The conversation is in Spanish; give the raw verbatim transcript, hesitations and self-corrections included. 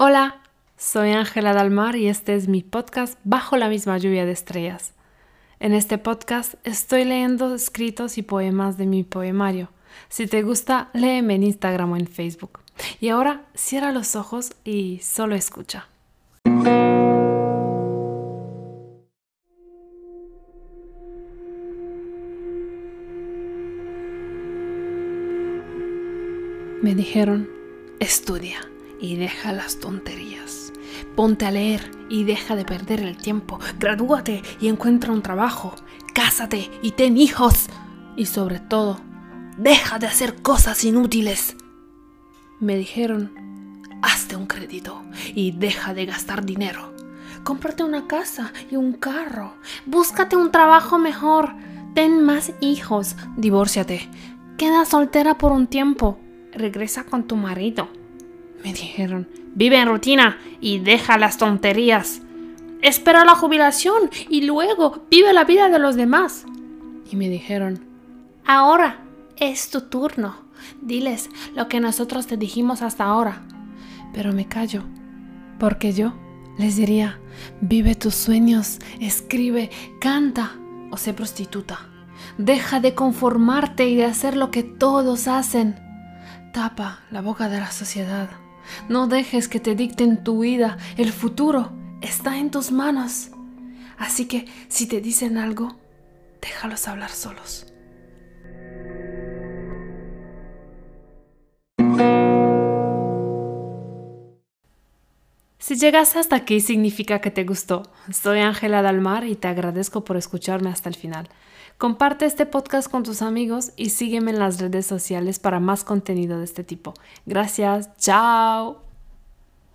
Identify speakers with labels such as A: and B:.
A: Hola, soy Ángela Dalmar y este es mi podcast Bajo la misma lluvia de estrellas. En este podcast estoy leyendo escritos y poemas de mi poemario. Si te gusta, léeme en Instagram o en Facebook. Y ahora cierra los ojos y solo escucha. Me dijeron, estudia y deja las tonterías. Ponte a leer y deja de perder el tiempo. Gradúate y encuentra un trabajo. Cásate y ten hijos. Y sobre todo, deja de hacer cosas inútiles. Me dijeron, hazte un crédito y deja de gastar dinero. Cómprate una casa y un carro. Búscate un trabajo mejor. Ten más hijos. Divórciate. Queda soltera por un tiempo. Regresa con tu marido. Me dijeron, vive en rutina y deja las tonterías. Espera la jubilación y luego vive la vida de los demás. Y me dijeron, ahora es tu turno. Diles lo que nosotros te dijimos hasta ahora. Pero me callo, porque yo les diría, vive tus sueños, escribe, canta o sé prostituta. Deja de conformarte y de hacer lo que todos hacen. Tapa la boca de la sociedad. No dejes que te dicten tu vida. El futuro está en tus manos. Así que si te dicen algo, déjalos hablar solos. Si llegaste hasta aquí significa que te gustó. Soy Ángela Dalmar y te agradezco por escucharme hasta el final. Comparte este podcast con tus amigos y sígueme en las redes sociales para más contenido de este tipo. Gracias, chao.